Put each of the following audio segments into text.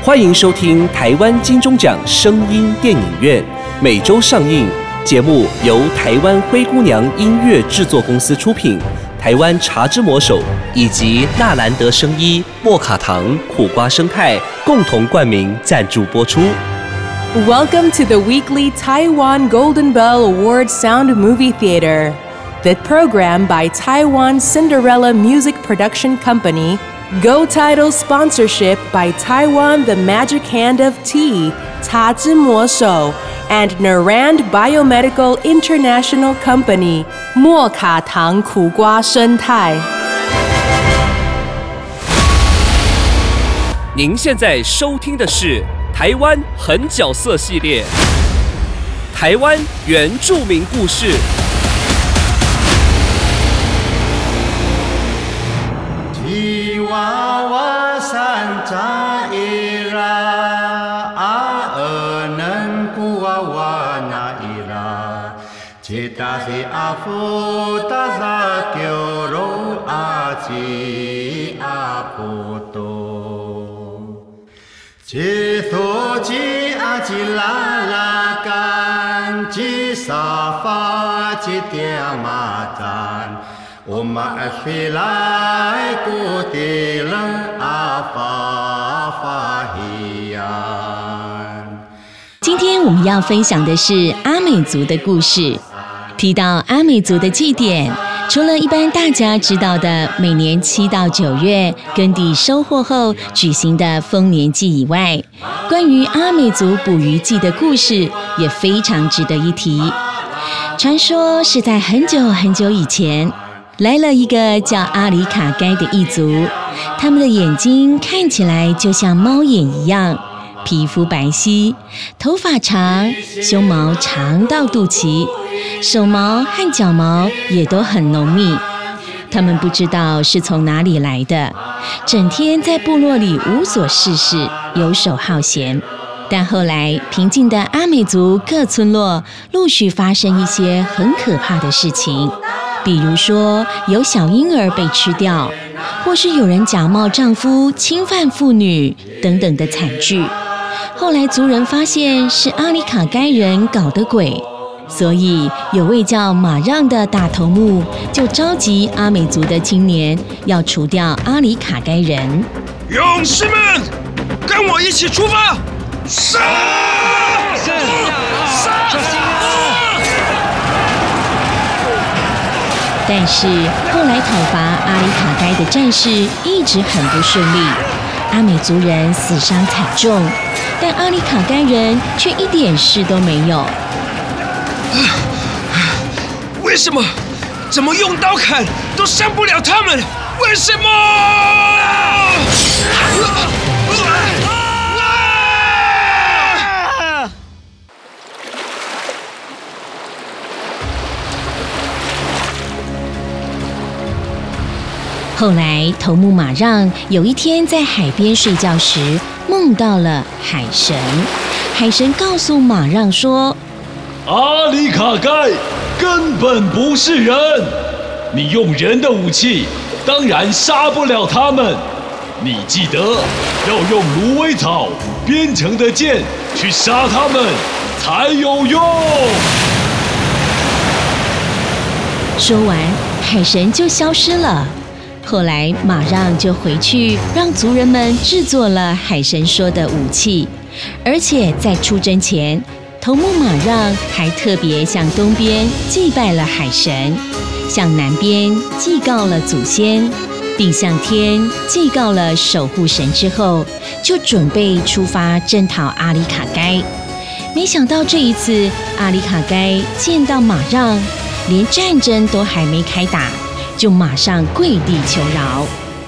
欢迎收听台湾金钟奖声音电影院，每周上映。节目由台湾灰姑娘音乐制作公司出品，台湾茶之魔手以及纳兰德生医、莫卡糖、苦瓜生态共同冠名赞助播出。 Welcome to the weekly Taiwan Golden Bell Award Sound Movie Theater. The program by Taiwan Cinderella Music Production Company, Go Title sponsorship by Taiwan The Magic Hand of Tea, 茶之魔手, and Naran Biomedical International Company, 莫卡糖苦瓜生态。 您现在收听的是台湾狠角色系列，台湾原住民故事。 吉娃娃山扎伊拉阿尔能古娃娃那伊拉，吉达西阿夫达扎九罗阿吉阿布多，吉托吉阿吉拉拉干吉沙发吉迪亚马赞。Uma afilai kutilang afafahiyan。 今天我们要分享的是阿美族的故事。提到阿美族的祭典，除了一般大家知道的每年7到9月耕地收获后举行的丰年祭以外，关于阿美族捕鱼祭的故事也非常值得一提。传说是在很久很久以前，来了一个叫阿里卡该的异族，他们的眼睛看起来就像猫眼一样，皮肤白皙，头发长，胸毛长到肚脐，手毛和脚毛也都很浓密。他们不知道是从哪里来的，整天在部落里无所事事，游手好闲。但后来平静的阿美族各村落陆续发生一些很可怕的事情，比如说有小婴儿被吃掉，或是有人假冒丈夫侵犯妇女等等的惨剧。后来族人发现是阿里卡该人搞的鬼，所以有位叫马让的大头目就召集阿美族的青年要除掉阿里卡该人。 勇士们，跟我一起出发！杀！ 但是后来讨伐阿里卡该的战事一直很不顺利，阿美族人死伤惨重，但阿里卡该人却一点事都没有。 为什么？怎么用刀砍都伤不了他们？为什么？ 后来头目马让有一天在海边睡觉时梦到了海神，海神告诉马让说， 阿里卡该根本不是人，你用人的武器当然杀不了他们，你记得要用芦苇草编成的剑去杀他们才有用。 说完海神就消失了。后来马让就回去让族人们制作了海神说的武器，而且在出征前，头目马让还特别向东边祭拜了海神，向南边祭告了祖先，并向天祭告了守护神之后，就准备出发征讨阿里卡该。没想到这一次阿里卡该见到马让，连战争都还没开打，就马上跪地求饶。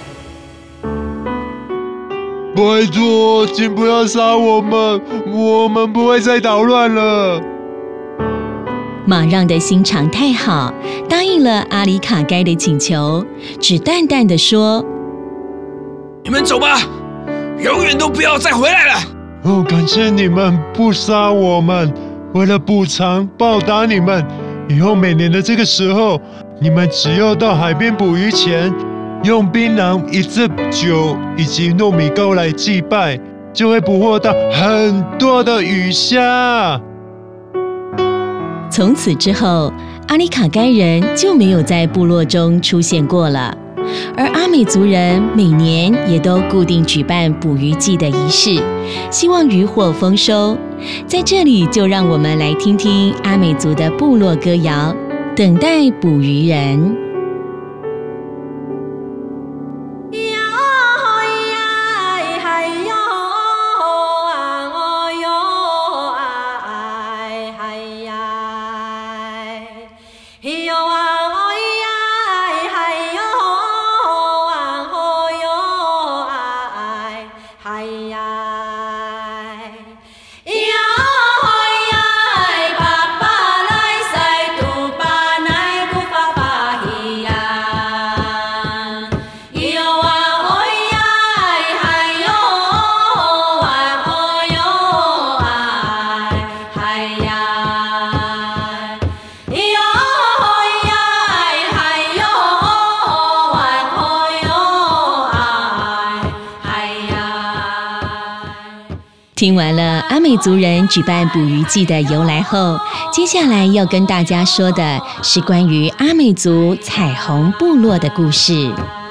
拜托，请不要杀我们，我们不会再捣乱了。 马让的心肠太好，答应了阿里卡该的请求，只淡淡的说：“ 你们走吧，永远都不要再回来了。” 哦，感谢你们不杀我们，为了补偿报答你们，以后每年的这个时候，你们只要到海边捕鱼前，用槟榔、一支酒以及糯米糕来祭拜， 就会捕获到很多的鱼虾。 从此之后，阿里卡该人就没有在部落中出现过了。而阿美族人每年也都固定举办捕鱼季的仪式，希望渔获丰收。在这里，就让我们来听听阿美族的部落歌谣《等待捕鱼人》。听完了阿美族人举办捕鱼季的由来后，接下来要跟大家说的是关于阿美族彩虹部落的故事。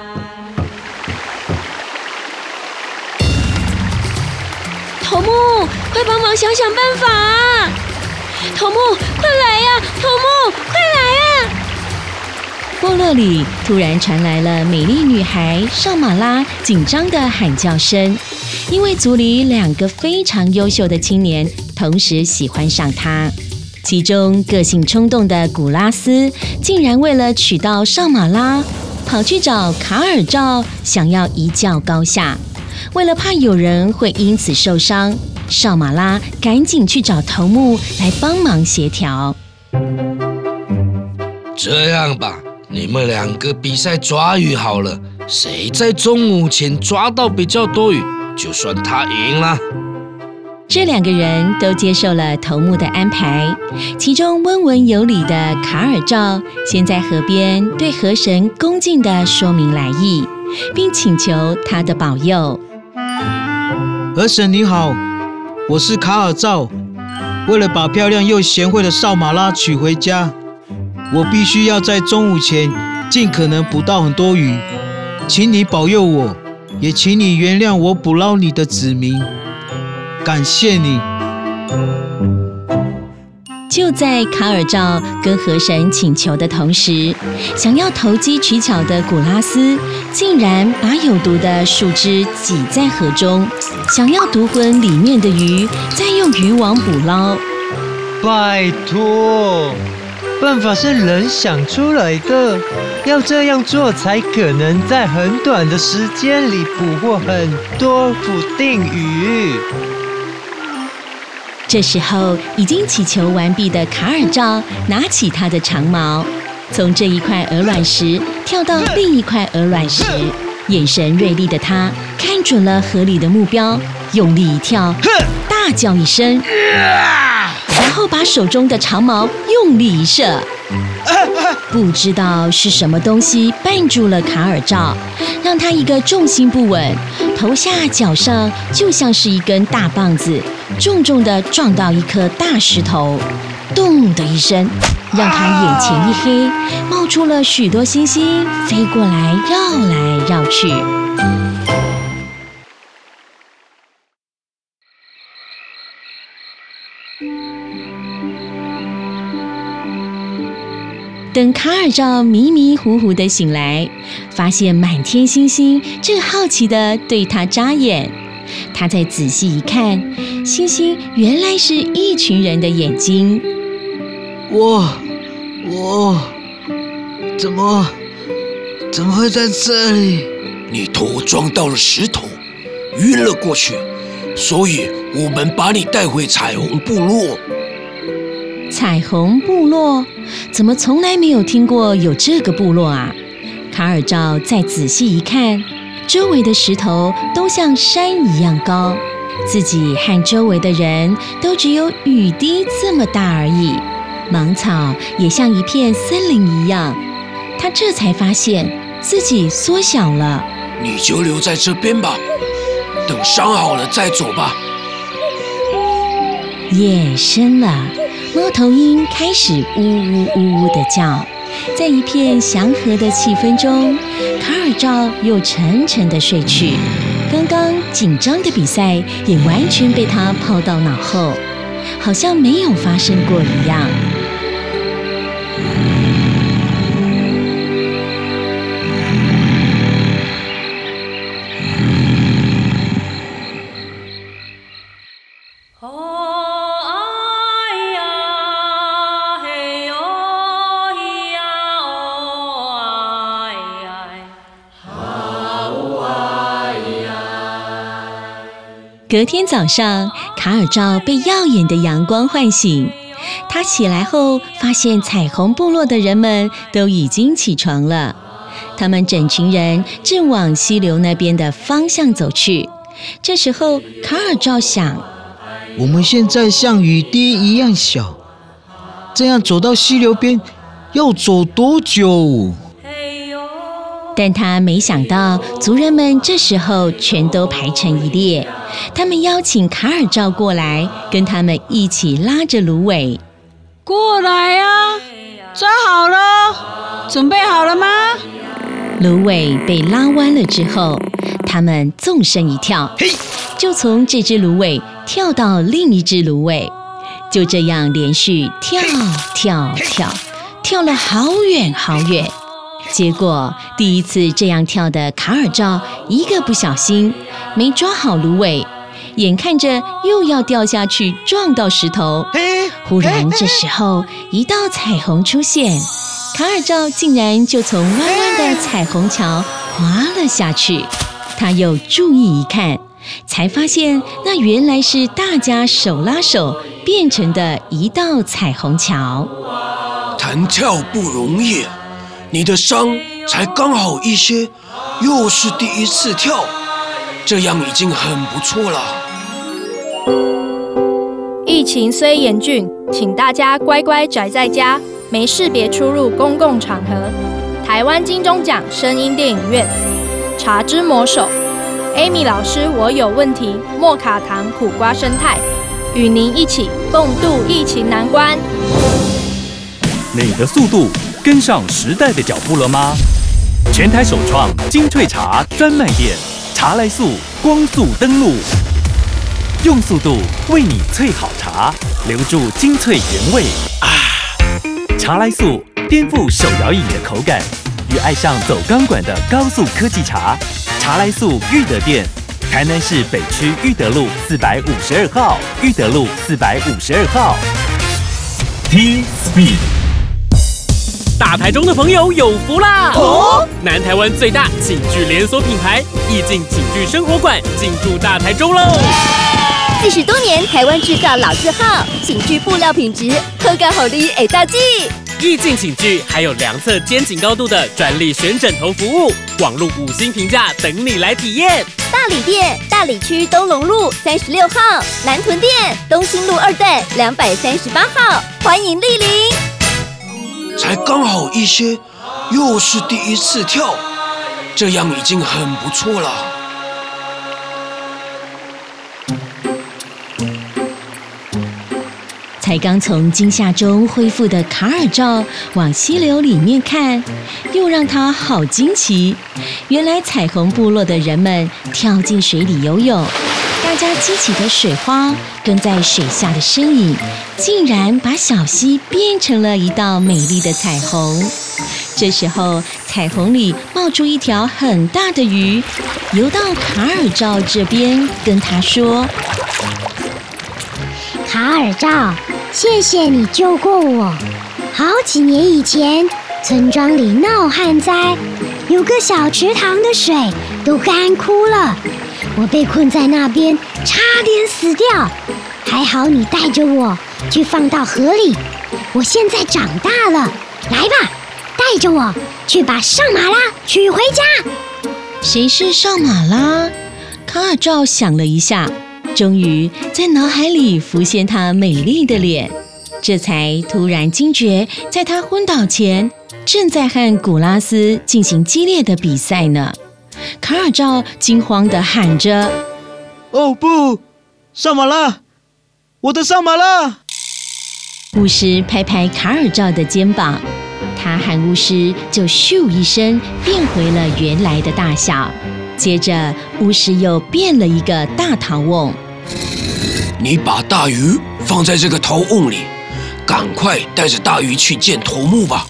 头目，快帮忙想想办法啊！头目，快来呀！头目，快来啊！部落里突然传来了美丽女孩少马拉紧张的喊叫声，因为族里2个非常优秀的青年同时喜欢上她。其中个性冲动的古拉斯竟然为了娶到少马拉，跑去找卡尔照，想要一较高下。为了怕有人会因此受伤，少马拉赶紧去找头目来帮忙协调。 这样吧，你们2个比赛抓鱼好了，谁在中午前抓到比较多鱼，就算他赢了。 这2个人都接受了头目的安排，其中温文有礼的卡尔照先在河边对河神恭敬地说明来意，并请求他的保佑。 河神你好，我是卡尔照，为了把漂亮又贤惠的少马拉娶回家，我必须要在中午前尽可能捕到很多鱼，请你保佑我，也请你原谅我捕捞你的子民，感谢你。 就在卡尔照跟河神请求的同时，想要投机取巧的古拉斯竟然把有毒的树枝挤在河中，想要毒昏里面的鱼，再用渔网捕捞。 拜托，办法是人想出来的，要这样做才可能在很短的时间里捕获很多捕定鱼。 这时候，已经祈求完毕的卡尔照拿起他的长矛，从这一块鹅卵石跳到另一块鹅卵石，眼神锐利的他看准了河里的目标，用力一跳，大叫一声，然后把手中的长矛用力一射。不知道是什么东西绊住了卡尔照，让他一个重心不稳，头下脚上就像是一根大棒子，重重地撞到一颗大石头，咚的一声，让他眼前一黑，冒出了许多星星，飞过来绕来绕去。等卡尔照迷迷糊糊地醒来，发现满天星星正好奇地对他眨眼。他再仔细一看，星星原来是一群人的眼睛。 我怎么会在这里？ 你头撞到了石头，晕了过去，所以我们把你带回彩虹部落。 彩虹部落？怎么从来没有听过有这个部落啊？卡尔照再仔细一看，周围的石头都像山一样高，自己和周围的人都只有雨滴这么大而已，芒草也像一片森林一样。他这才发现自己缩小了。 你就留在这边吧， 等伤好了再走吧。 夜深了，猫头鹰开始呜呜呜呜地叫。在一片祥和的气氛中，卡尔照又沉沉地睡去。刚刚紧张的比赛也完全被他抛到脑后，好像没有发生过一样。隔天早上，卡尔照被耀眼的阳光唤醒。他起来后，发现彩虹部落的人们都已经起床了。他们整群人正往溪流那边的方向走去。这时候，卡尔照想： 我们现在像雨滴一样小，这样走到溪流边要走多久？ 但他没想到，族人们这时候全都排成一列。他们邀请卡尔照过来，跟他们一起拉着芦苇。 过来啊，抓好了，准备好了吗？ 芦苇被拉弯了之后，他们纵身一跳，就从这只芦苇跳到另一只芦苇，就这样连续跳了好远好远。结果第一次这样跳的卡尔照一个不小心没抓好芦苇，眼看着又要掉下去撞到石头。忽然这时候一道彩虹出现，卡尔照竟然就从弯弯的彩虹桥滑了下去。他又注意一看，才发现那原来是大家手拉手变成的一道彩虹桥。 弹跳不容易，你的伤才刚好一些，又是第一次跳，这样已经很不错了。 疫情虽严峻，请大家乖乖宅在家，没事别出入公共场合。台湾金钟奖声音电影院，茶之魔手 Amy 老师，我有问题，莫卡糖苦瓜生态，与您一起共度疫情难关。 你的速度跟上时代的脚步了吗？全台首创精萃茶专卖店，茶来速光速登陆，用速度为你萃好茶，留住精粹原味啊！茶来速颠覆手摇饮的口感，与爱上走钢管的高速科技茶。茶来速裕德店，台南市北区裕德路452号，裕德路452号。T Speed。 大台中的朋友有福啦！哦，南台湾最大寝具连锁品牌意境寝具生活馆进驻大台中喽 ！40多年台湾制造老字号，寝具布料品质口感好的会大忌。 意境寝具还有量测肩颈高度的专利选枕头服务，网络5星评价等你来体验。 大理店大理区东龙路36号，南屯店东兴路2段238号，欢迎莅临。 才刚好一些，又是第一次跳，这样已经很不错了。 才刚从惊吓中恢复的卡尔照往溪流里面看，又让他好惊奇。原来彩虹部落的人们跳进水里游泳，大家激起的水花跟在水下的身影，竟然把小溪变成了一道美丽的彩虹。这时候，彩虹里冒出一条很大的鱼，游到卡尔照这边，跟他说：“ 卡尔照，谢谢你救过我。好几年以前，村庄里闹旱灾，有个小池塘的水都干枯了。我被困在那边，差点死掉。还好你带着我去放到河里。我现在长大了，来吧，带着我去把上马拉取回家。” 谁是上马拉？卡尔照想了一下，终于在脑海里浮现她美丽的脸，这才突然惊觉，在她昏倒前，正在和古拉斯进行激烈的比赛呢。卡尔照惊慌地喊着：“ 哦不，上马拉，我的上马拉！ 巫师拍拍卡尔赵的肩膀，他和巫师就咻一声变回了原来的大小。接着，巫师又变了一个大陶瓮。 你把大鱼放在这个陶瓮里，赶快带着大鱼去见头目吧。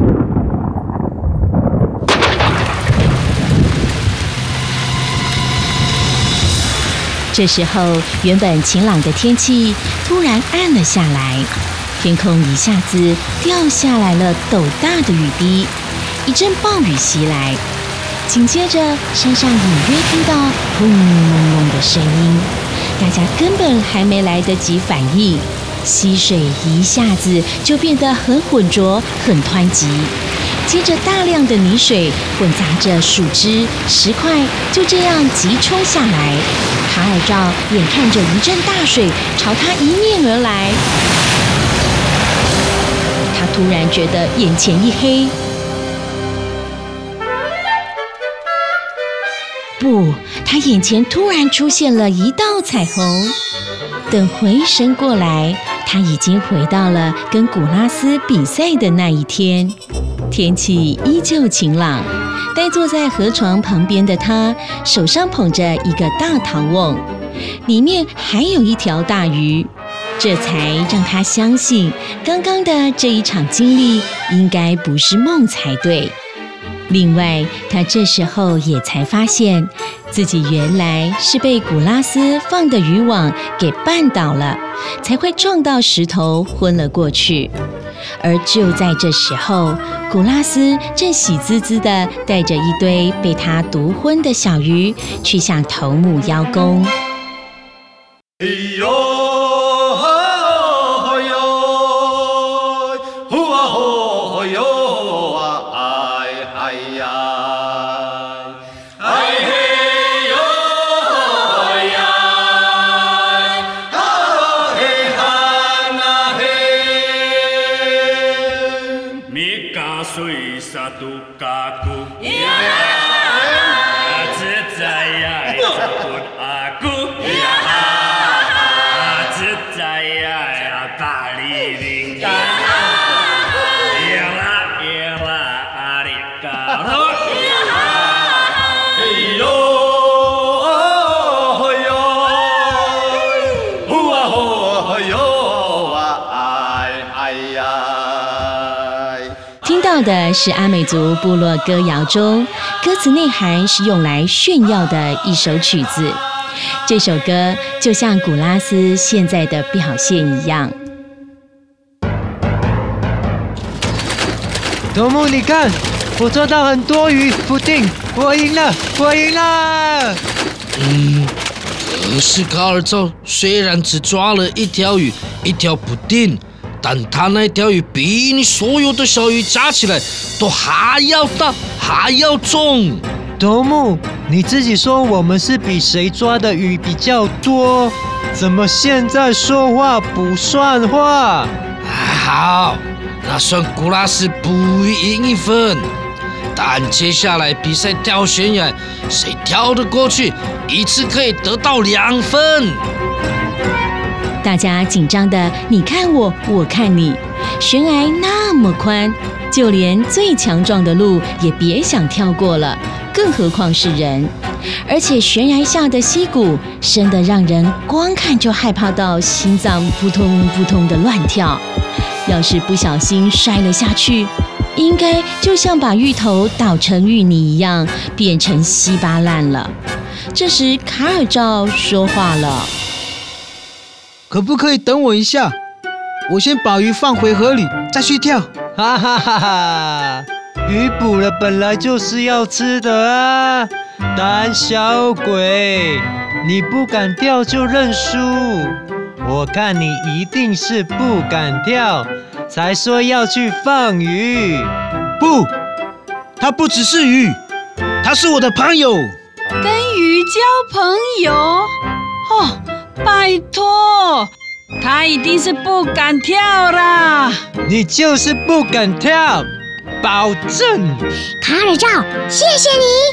这时候，原本晴朗的天气突然暗了下来，天空一下子掉下来了斗大的雨滴，一阵暴雨袭来，紧接着山上隐约听到轰隆隆的声音，大家根本还没来得及反应，溪水一下子就变得很浑浊、很湍急。接着大量的泥水混杂着树枝、石块，就这样急冲下来。卡尔赵眼看着一阵大水朝他迎面而来，他突然觉得眼前一黑。不，他眼前突然出现了一道彩虹。等回神过来，他已经回到了跟古拉斯比赛的那一天。天气依旧晴朗，呆坐在河床旁边的他，手上捧着一个大陶瓮，里面还有一条大鱼，这才让他相信刚刚的这一场经历应该不是梦才对。另外，他这时候也才发现自己原来是被古拉斯放的渔网给绊倒了，才会撞到石头昏了过去。而就在这时候，古拉斯正喜滋滋地带着一堆被他毒昏的小鱼去向头目邀功。听到的是阿美族部落歌谣中，歌词内涵是用来炫耀的一首曲子。这首歌就像古拉斯现在的表现一样。 头目，你看，我抓到很多鱼，不定，我赢了，我赢了！ 可是卡尔赵虽然只抓了一条鱼，一条不定，但他那条鱼比你所有的小鱼加起来都还要大，还要重。 头目，你自己说我们是比谁抓的鱼比较多，怎么现在说话不算话？ 好，那算古拉斯不赢一分。但接下来比赛跳悬崖，谁跳得过去，一次可以得到2分。 大家紧张的你看我，我看你，悬崖那么宽，就连最强壮的鹿也别想跳过了，更何况是人。而且悬崖下的溪谷深得让人光看就害怕到心脏扑通扑通的乱跳，要是不小心摔了下去，应该就像把芋头捣成芋泥一样，变成稀巴烂了。这时卡尔赵说话了： 可不可以等我一下？我先把鱼放回河里，再去跳。 哈哈哈哈！鱼捕了本来就是要吃的啊！胆小鬼，你不敢跳就认输。我看你一定是不敢跳，才说要去放鱼。 不，他不只是鱼，他是我的朋友。 跟鱼交朋友？哦，拜托，他一定是不敢跳啦。 你就是不敢跳，保证。 卡尔赵，谢谢你，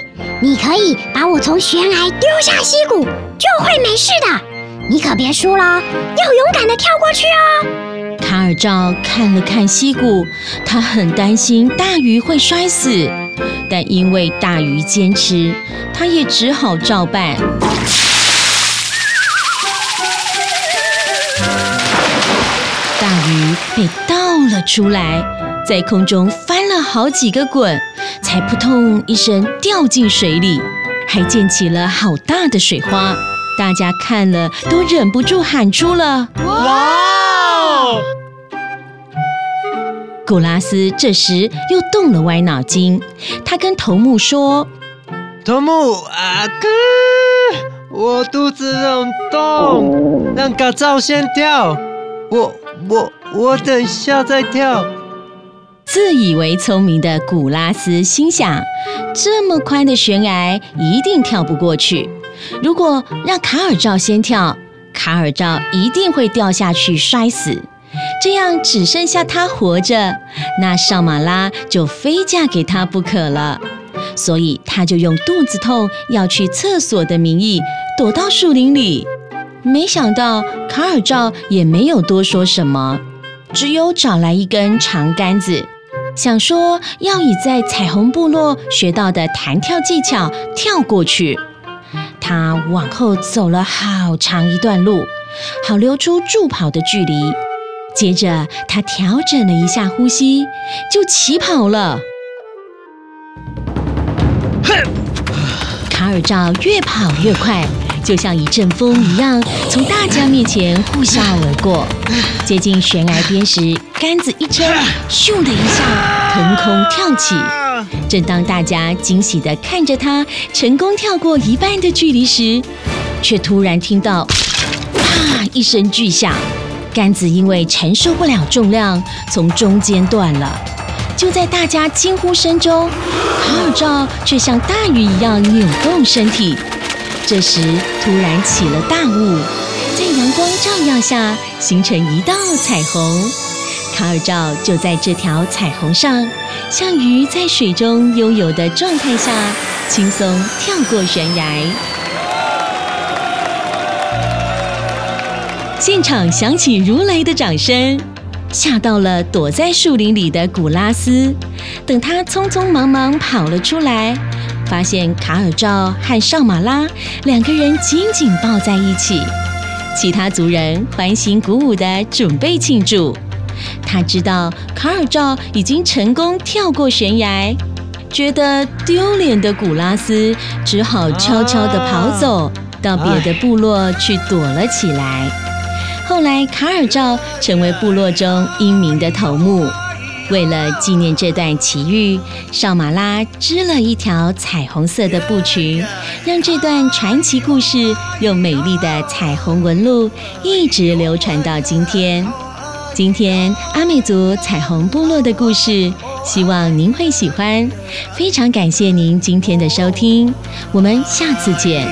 你可以把我从悬崖丢下溪谷，就会没事的。你可别输了，要勇敢的跳过去哦。 卡尔照看了看溪谷，他很担心大鱼会摔死，但因为大鱼坚持，他也只好照办。大鱼被倒了出来，在空中翻了好几个滚，才扑通一声掉进水里，还溅起了好大的水花。大家看了都忍不住喊出了“哇！”古拉斯这时又动了歪脑筋，他跟头目说：“ 头目啊哥，我肚子很痛，让嘎造先跳，我等下再跳。” 自以为聪明的古拉斯心想，这么宽的悬崖一定跳不过去。如果让卡尔照先跳，卡尔照一定会掉下去摔死，这样只剩下他活着，那少马拉就非嫁给他不可了。所以他就用肚子痛要去厕所的名义躲到树林里。没想到卡尔照也没有多说什么，只有找来一根长杆子，想说要以在彩虹部落学到的弹跳技巧跳过去。他往后走了好长一段路，好留出助跑的距离。接着他调整了一下呼吸，就起跑了。卡尔照越跑越快，就像一阵风一样，从大家面前呼啸而过。接近悬崖边时，杆子一撑，咻的一下，腾空跳起。正当大家惊喜地看着他成功跳过一半的距离时，却突然听到啪一声巨响，杆子因为承受不了重量，从中间断了。就在大家惊呼声中，卡尔照却像大鱼一样扭动身体。这时突然起了大雾，在阳光照耀下形成一道彩虹。卡尔照就在这条彩虹上，像鱼在水中悠游的状态下，轻松跳过悬崖。现场响起如雷的掌声，吓到了躲在树林里的古拉斯。等他匆匆忙忙跑了出来，发现卡尔照和少马拉两个人紧紧抱在一起，其他族人欢欣鼓舞地准备庆祝。他知道卡尔照已经成功跳过悬崖，觉得丢脸的古拉斯只好悄悄地跑走，到别的部落去躲了起来。后来卡尔照成为部落中英明的头目。为了纪念这段奇遇，少马拉织了一条彩虹色的布裙，让这段传奇故事用美丽的彩虹纹路一直流传到今天。今天阿美族彩虹部落的故事，希望您会喜欢。非常感谢您今天的收听，我们下次见。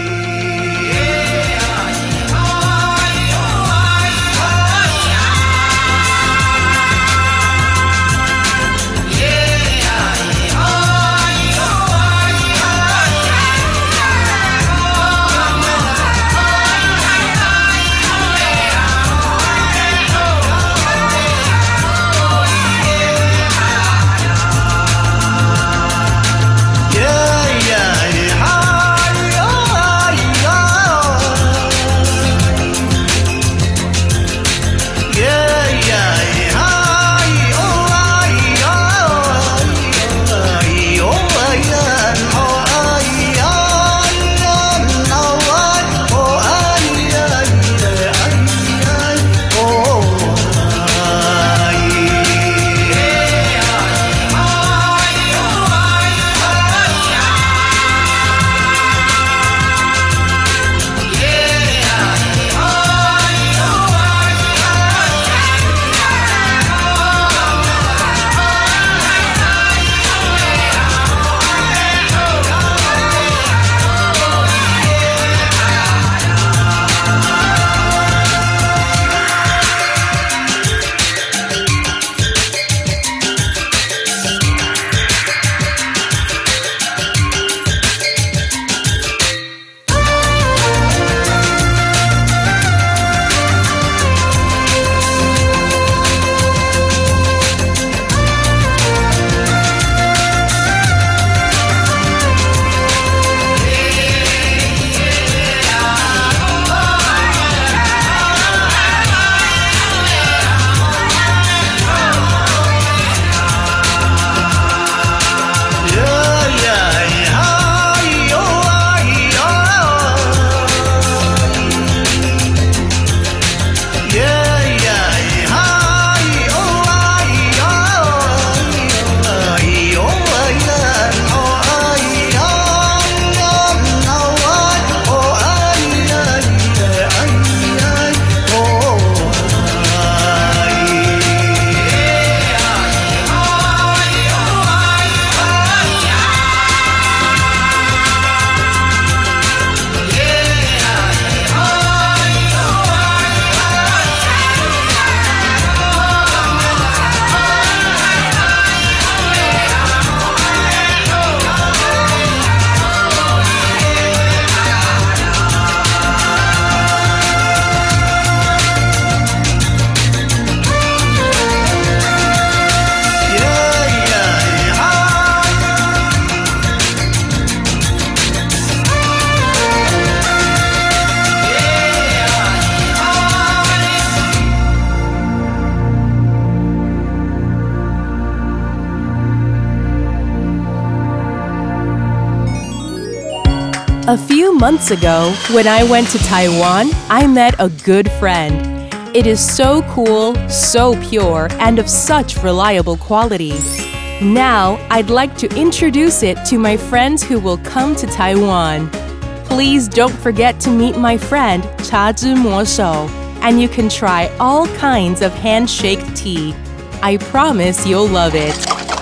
A few months ago, when I went to Taiwan, I met a good friend. It is so cool, so pure, and of such reliable quality. Now, I'd like to introduce it to my friends who will come to Taiwan. Please don't forget to meet my friend, 茶之魔手, and you can try all kinds of handshake tea. I promise you'll love it.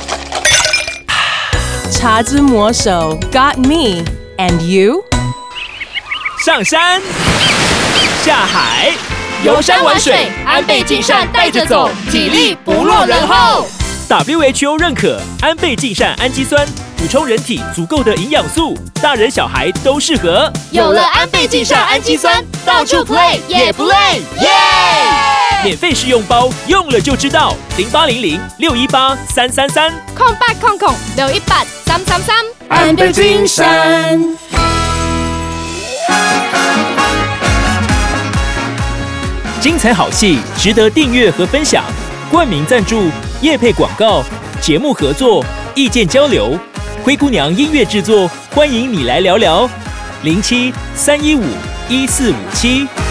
茶之魔手 got me, and you? 上山，下海， 游山玩水，安倍晋善带着走，体力不落人后。 WHO 认可安倍晋善氨基酸，补充人体足够的营养素，大人小孩都适合。 有了安倍晋善氨基酸，到处 play 也不累，耶！ 免费试用包，用了就知道。0800-618-333， 空8空空618-333。 安倍晋善。 精彩好戏值得订阅和分享，冠名赞助、业配广告、节目合作、意见交流，灰姑娘音乐制作，欢迎你来聊聊。07-315-1457。